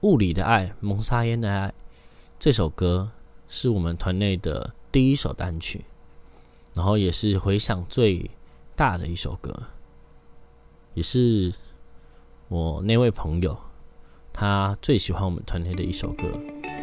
雾里的爱，蒙沙烟的爱这首歌是我们团内的第一首单曲，然后也是回响最大的一首歌，也是我那位朋友他最喜欢我们团内的一首歌。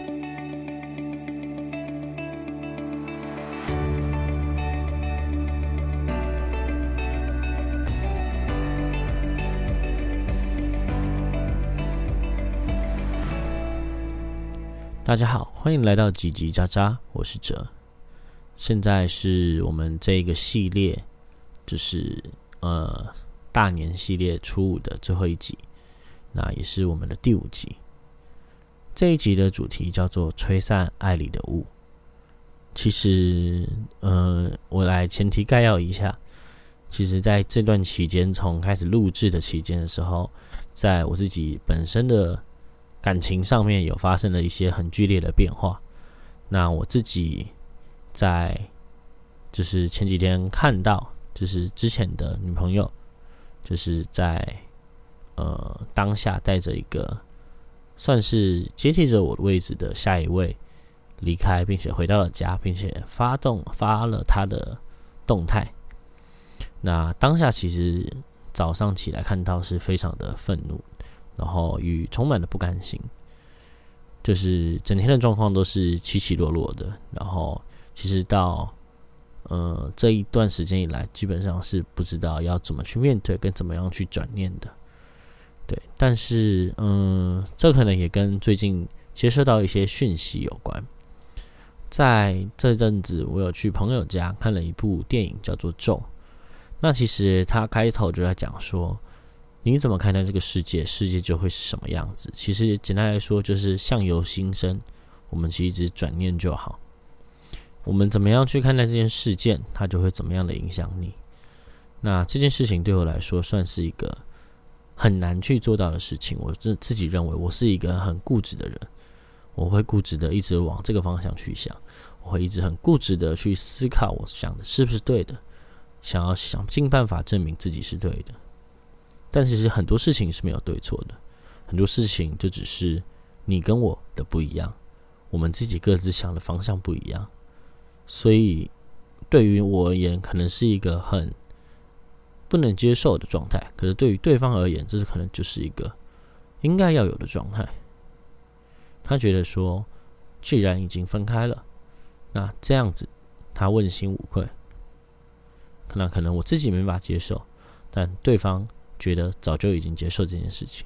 大家好，欢迎来到叽叽喳喳，我是哲。现在是我们这一个系列，就是大年系列初五的最后一集，那也是我们的第5集。这一集的主题叫做吹散爱里的雾。其实我来前提概要一下，其实在这段期间，从开始录制的期间的时候，在我自己本身的感情上面有发生了一些很剧烈的变化。那我自己在就是前几天看到，就是之前的女朋友，就是在当下带着一个算是接替着我的位置的下一位离开，并且回到了家，并且发了他的动态。那当下其实早上起来看到是非常的愤怒，然后与充满了不甘心，就是整天的状况都是起起落落的。然后其实到这一段时间以来，基本上是不知道要怎么去面对，跟怎么样去转念的。对，但是这可能也跟最近接收到一些讯息有关。在这阵子，我有去朋友家看了一部电影，叫做《咒》。那其实他开头就在讲说，你怎么看待这个世界，世界就会是什么样子。其实简单来说，就是相由心生，我们其实只转念就好。我们怎么样去看待这件事件，它就会怎么样的影响你。那这件事情对我来说算是一个很难去做到的事情。我自己认为我是一个很固执的人，我会固执的一直往这个方向去想，我会一直很固执的去思考我想的是不是对的，想尽办法证明自己是对的。但其实很多事情是没有对错的，很多事情就只是你跟我的不一样，我们自己各自想的方向不一样。所以对于我而言，可能是一个很不能接受的状态，可是对于对方而言，这可能就是一个应该要有的状态。他觉得说，既然已经分开了，那这样子他问心无愧。那可能我自己没办法接受，但对方觉得早就已经接受这件事情。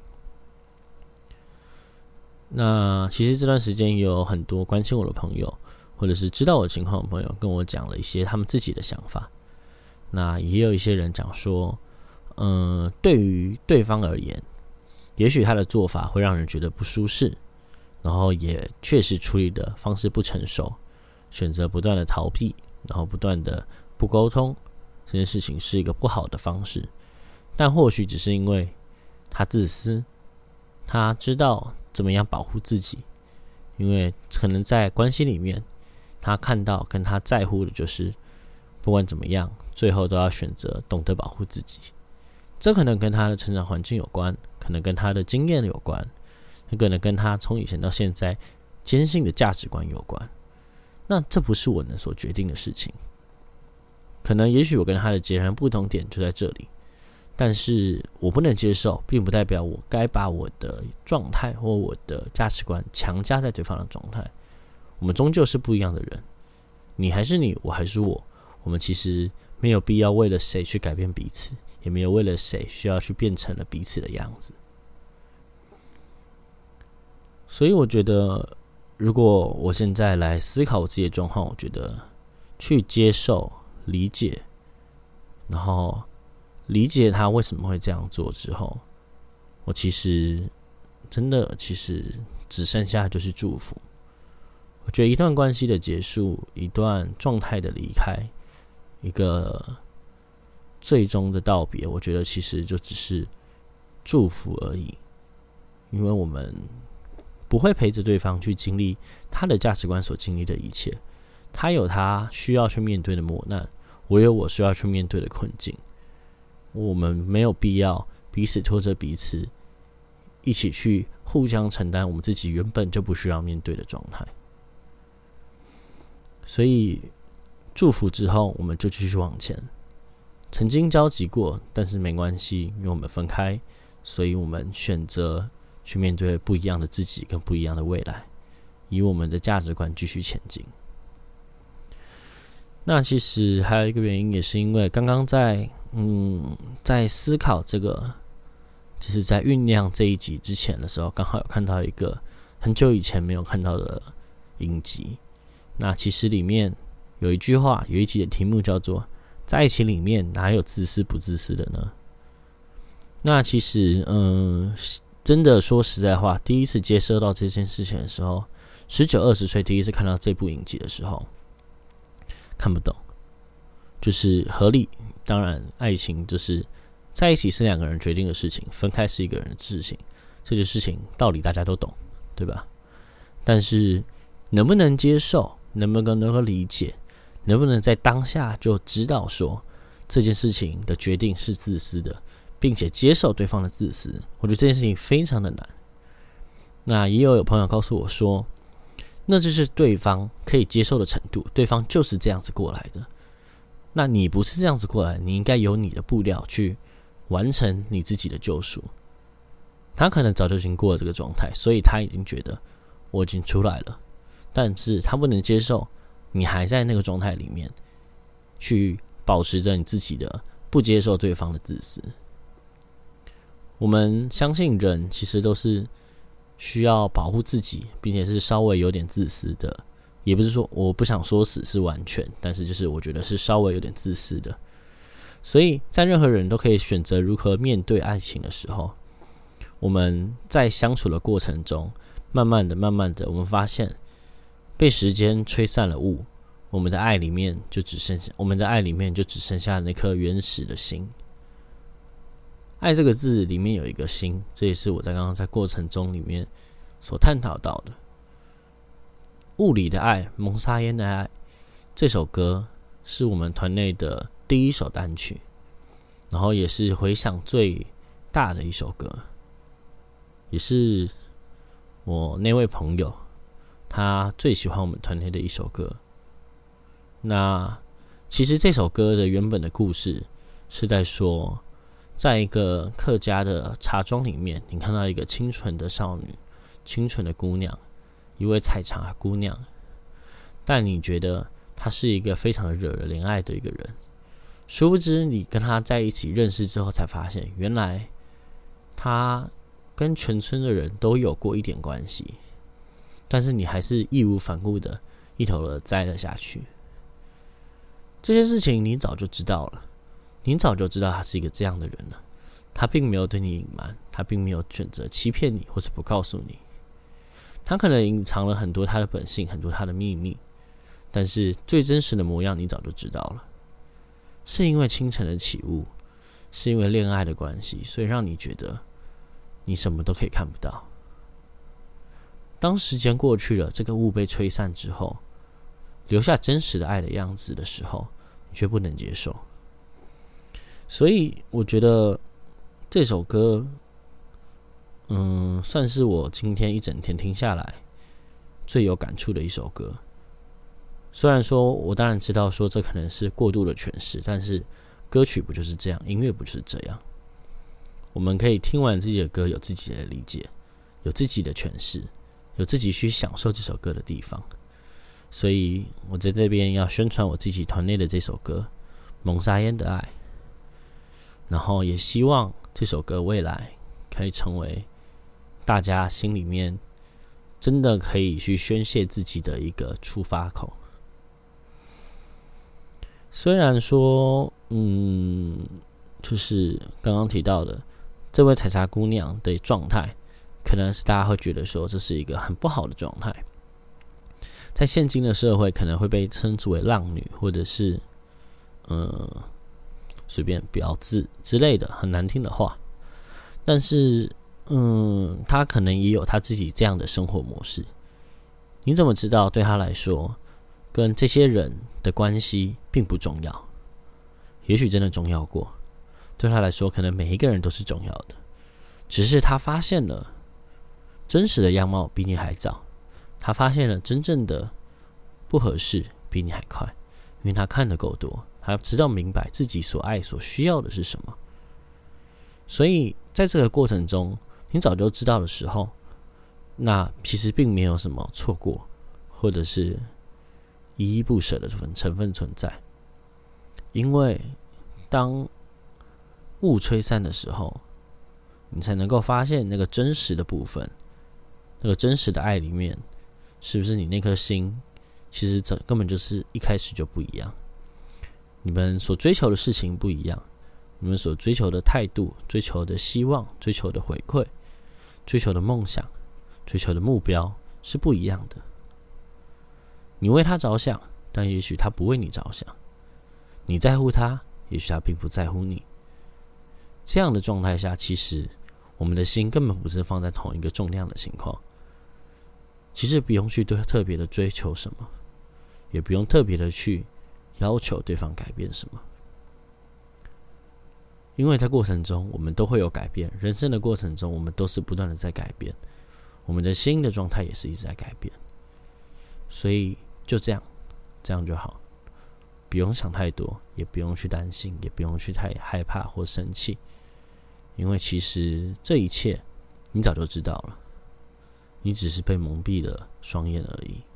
那其实这段时间也有很多关心我的朋友，或者是知道我的情况的朋友，跟我讲了一些他们自己的想法。那也有一些人讲说，对于对方而言，也许他的做法会让人觉得不舒适，然后也确实处理的方式不成熟，选择不断的逃避，然后不断的不沟通，这件事情是一个不好的方式。但或许只是因为他自私，他知道怎么样保护自己，因为可能在关系里面，他看到跟他在乎的就是不管怎么样，最后都要选择懂得保护自己。这可能跟他的成长环境有关，可能跟他的经验有关，可能跟他从以前到现在坚信的价值观有关。那这不是我能所决定的事情。可能也许我跟他的截然不同点就在这里，但是我不能接受，并不代表我该把我的状态或我的价值观强加在对方的状态。我们终究是不一样的人，你还是你，我还是我。我们其实没有必要为了谁去改变彼此，也没有为了谁需要去变成了彼此的样子。所以我觉得，如果我现在来思考我自己的状况，我觉得去接受、理解，然后理解他为什么会这样做之后，我其实真的只剩下就是祝福。我觉得一段关系的结束，一段状态的离开，一个最终的道别，我觉得其实就只是祝福而已。因为我们不会陪着对方去经历他的价值观所经历的一切，他有他需要去面对的磨难，我有我需要去面对的困境。我们没有必要彼此拖着彼此一起去互相承担我们自己原本就不需要面对的状态。所以祝福之后，我们就继续往前。曾经交集过，但是没关系，因为我们分开，所以我们选择去面对不一样的自己跟不一样的未来，以我们的价值观继续前进。那其实还有一个原因，也是因为刚刚在思考这个，就是在酝酿这一集之前的时候，刚好有看到一个很久以前没有看到的影集。那其实里面有一句话，有一集的题目叫做在爱情里面哪有自私不自私的呢？那其实真的说实在话，第一次接收到这件事情的时候，19、20岁第一次看到这部影集的时候，看不懂，就是合理。当然爱情就是在一起是两个人决定的事情，分开是一个人的事情，这件事情道理大家都懂，对吧？但是能不能接受，能不能够理解，能不能在当下就知道说这件事情的决定是自私的，并且接受对方的自私，我觉得这件事情非常的难。那也有朋友告诉我说，那就是对方可以接受的程度，对方就是这样子过来的。那你不是这样子过来，你应该有你的步调去完成你自己的救赎。他可能早就已经过了这个状态，所以他已经觉得我已经出来了，但是他不能接受你还在那个状态里面，去保持着你自己的不接受对方的自私。我们相信人其实都是需要保护自己，并且是稍微有点自私的，也不是说我不想说死是完全，但是就是我觉得是稍微有点自私的。所以在任何人都可以选择如何面对爱情的时候，我们在相处的过程中，慢慢的我们发现被时间吹散了雾，我们的爱里面就只剩下那颗原始的心。爱这个字里面有一个心，这也是我在刚刚在过程中里面所探讨到的。雾里的爱，蒙沙烟的爱，这首歌是我们团内的第一首单曲，然后也是回响最大的一首歌，也是我那位朋友他最喜欢我们团内的一首歌。那其实这首歌的原本的故事是在说，在一个客家的茶庄里面，你看到一个清纯的少女，清纯的姑娘，一位采茶姑娘，但你觉得她是一个非常惹人怜爱的一个人，殊不知你跟她在一起认识之后才发现，原来她跟全村的人都有过一点关系，但是你还是义无反顾的一头的栽了下去。这些事情你早就知道了，你早就知道他是一个这样的人了，他并没有对你隐瞒，他并没有选择欺骗你或是不告诉你，他可能隐藏了很多他的本性，很多他的秘密，但是最真实的模样你早就知道了。是因为清晨的起雾，是因为恋爱的关系，所以让你觉得你什么都可以看不到。当时间过去了，这个雾被吹散之后，留下真实的爱的样子的时候，你却不能接受。所以我觉得这首歌算是我今天一整天听下来最有感触的一首歌。虽然说我当然知道说这可能是过度的诠释，但是歌曲不就是这样，音乐不就是这样，我们可以听完自己的歌，有自己的理解，有自己的诠释，有自己去享受这首歌的地方。所以我在这边要宣传我自己团内的这首歌蒙沙烟的爱，然后也希望这首歌未来可以成为大家心里面真的可以去宣泄自己的一个出发口。虽然说就是刚刚提到的这位采茶姑娘的状态，可能是大家会觉得说这是一个很不好的状态，在现今的社会可能会被称之为浪女，或者是随便婊子之类的很难听的话，但是他可能也有他自己这样的生活模式。你怎么知道对他来说跟这些人的关系并不重要？也许真的重要过，对他来说可能每一个人都是重要的，只是他发现了真实的样貌比你还早，他发现了真正的不合适比你还快，因为他看得够多，他知道明白自己所爱所需要的是什么。所以在这个过程中，你早就知道的时候，那其实并没有什么错过，或者是依依不舍的成分存在。因为当雾吹散的时候，你才能够发现那个真实的部分，那个真实的爱里面，是不是你那颗心其实根本就是一开始就不一样。你们所追求的事情不一样，你们所追求的态度、追求的希望、追求的回馈、追求的梦想、追求的目标是不一样的。你为他着想，但也许他不为你着想；你在乎他，也许他并不在乎你。这样的状态下，其实我们的心根本不是放在同一个重量的情况。其实不用去特别的追求什么，也不用特别的去要求对方改变什么，因为在过程中我们都会有改变，人生的过程中我们都是不断的在改变，我们的心的状态也是一直在改变。所以就这样就好，不用想太多，也不用去担心，也不用去太害怕或生气，因为其实这一切你早就知道了，你只是被蒙蔽了双眼而已。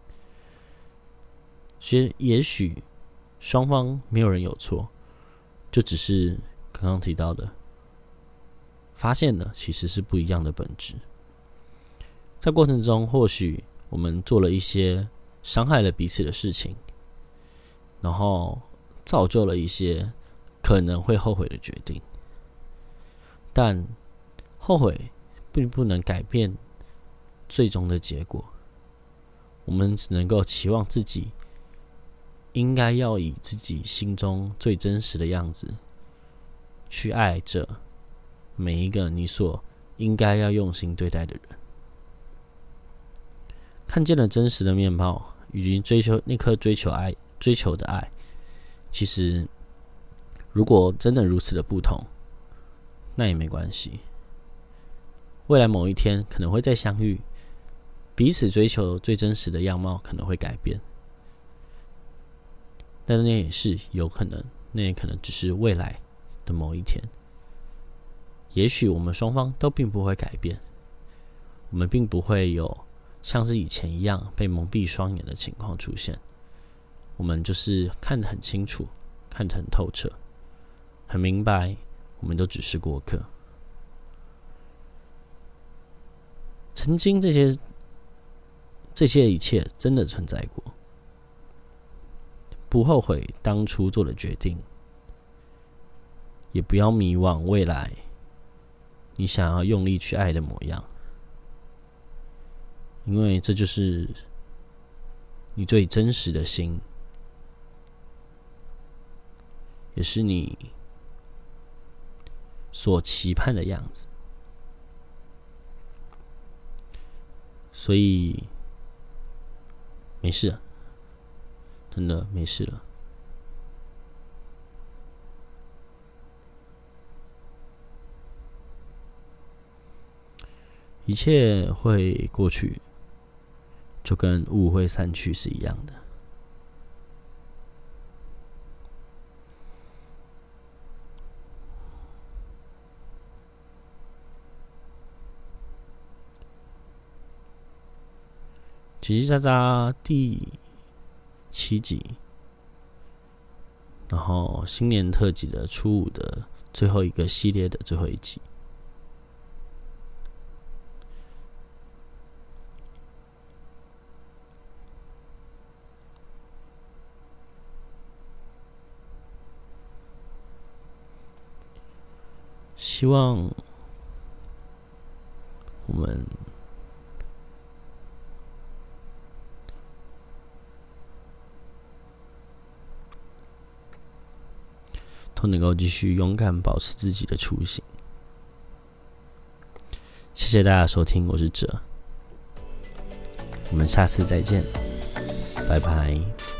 所以也许双方没有人有错，就只是刚刚提到的，发现了其实是不一样的本质。在过程中，或许我们做了一些伤害了彼此的事情，然后造就了一些可能会后悔的决定，但后悔并不能改变最终的结果。我们只能够期望自己应该要以自己心中最真实的样子去爱着每一个你所应该要用心对待的人。看见了真实的面貌，以及追求那颗追求的爱，其实如果真的如此的不同，那也没关系。未来某一天可能会再相遇，彼此追求最真实的样貌可能会改变，但那也是有可能，那也可能只是未来的某一天。也许我们双方都并不会改变，我们并不会有像是以前一样被蒙蔽双眼的情况出现，我们就是看得很清楚，看得很透彻，很明白我们都只是过客。曾经这些一切真的存在过，不后悔当初做的决定，也不要迷惘未来你想要用力去爱的模样，因为这就是你最真实的心，也是你所期盼的样子。所以没事了，真的没事了。一切会过去，就跟雾会散去是一样的。叽叽喳喳第7集，然后新年特辑的初5的最后一个系列的最后一集。希望我们都能够继续勇敢保持自己的初心。谢谢大家的收听，我是哲，我们下次再见，拜拜。